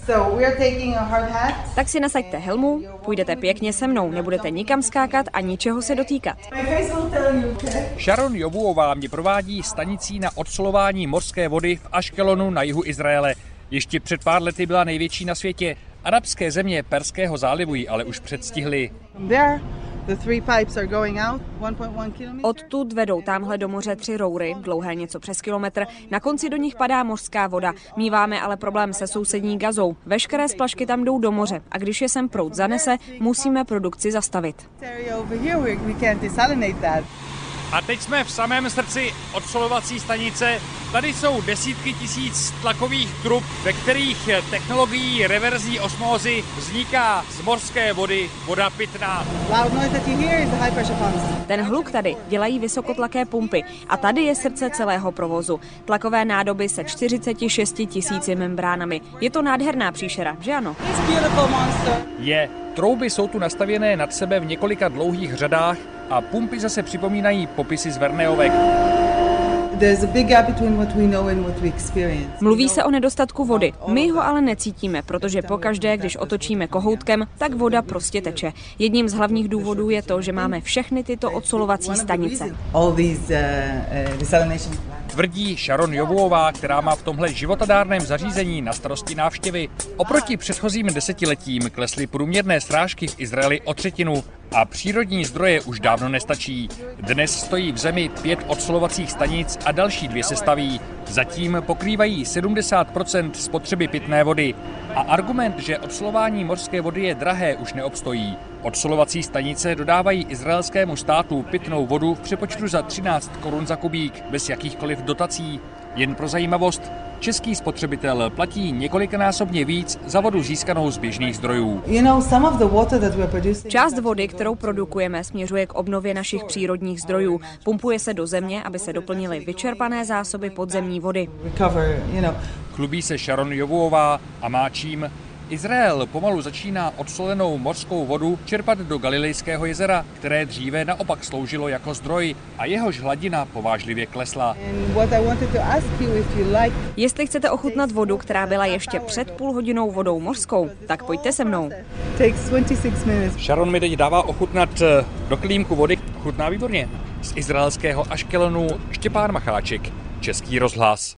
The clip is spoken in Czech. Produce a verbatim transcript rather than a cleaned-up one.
So we are taking a hard hat. Tak si nasaďte helmu, půjdete pěkně se mnou, nebudete nikam skákat a ničeho se dotýkat. Sharon Jovuová mě provádí stanicí na odsolování mořské vody v Aškelonu na jihu Izraele. Ještě před pár lety byla největší na světě. Arabské země Perského zálivu ji ale už předstihly. Odtud vedou tamhle do moře tři roury, dlouhé něco přes kilometr. Na konci do nich padá mořská voda. Míváme ale problém se sousední Gazou. Veškeré splašky tam jdou do moře a když je sem proud zanese, musíme produkci zastavit. A teď jsme v samém srdci odsolovací stanice. Tady jsou desítky tisíc tlakových trub, ve kterých technologií reverzní osmózy vzniká z mořské vody voda pitná. Ten hluk tady dělají vysokotlaké pumpy a tady je srdce celého provozu. Tlakové nádoby se čtyřiceti šesti tisíci membránami. Je to nádherná příšera, že ano? Je. Trouby jsou tu nastavěné nad sebe v několika dlouhých řadách a pumpy zase připomínají popisy z Verneovek. Mluví se o nedostatku vody. My ho ale necítíme, protože pokaždé, když otočíme kohoutkem, tak voda prostě teče. Jedním z hlavních důvodů je to, že máme všechny tyto odsolovací stanice. Tvrdí Sharon Jovuová, která má v tomhle životadárném zařízení na starosti návštěvy. Oproti předchozím desetiletím klesly průměrné srážky v Izraeli o třetinu a přírodní zdroje už dávno nestačí. Dnes stojí v zemi pět odsolovacích stanic a další dvě se staví. Zatím pokrývají sedmdesát procent spotřeby pitné vody. A argument, že odsolování mořské vody je drahé, už neobstojí. Odsolovací stanice dodávají izraelskému státu pitnou vodu v přepočtu za třináct korun za kubík, bez jakýchkoliv dotací. Jen pro zajímavost, český spotřebitel platí několikanásobně víc za vodu získanou z běžných zdrojů. Část vody, kterou produkujeme, směřuje k obnově našich přírodních zdrojů. Pumpuje se do země, aby se doplnily vyčerpané zásoby podzemní vody. Chlubí se Sharon Jovuová a má čím. Izrael pomalu začíná odsolenou mořskou vodu čerpat do Galilejského jezera, které dříve naopak sloužilo jako zdroj a jehož hladina povážlivě klesla. Jestli chcete ochutnat vodu, která byla ještě před půl hodinou vodou mořskou, tak pojďte se mnou. Sharon mi teď dává ochutnat do klímku vody. Chutná výborně. Z izraelského Aškelonu Štěpán Macháček, Český rozhlas.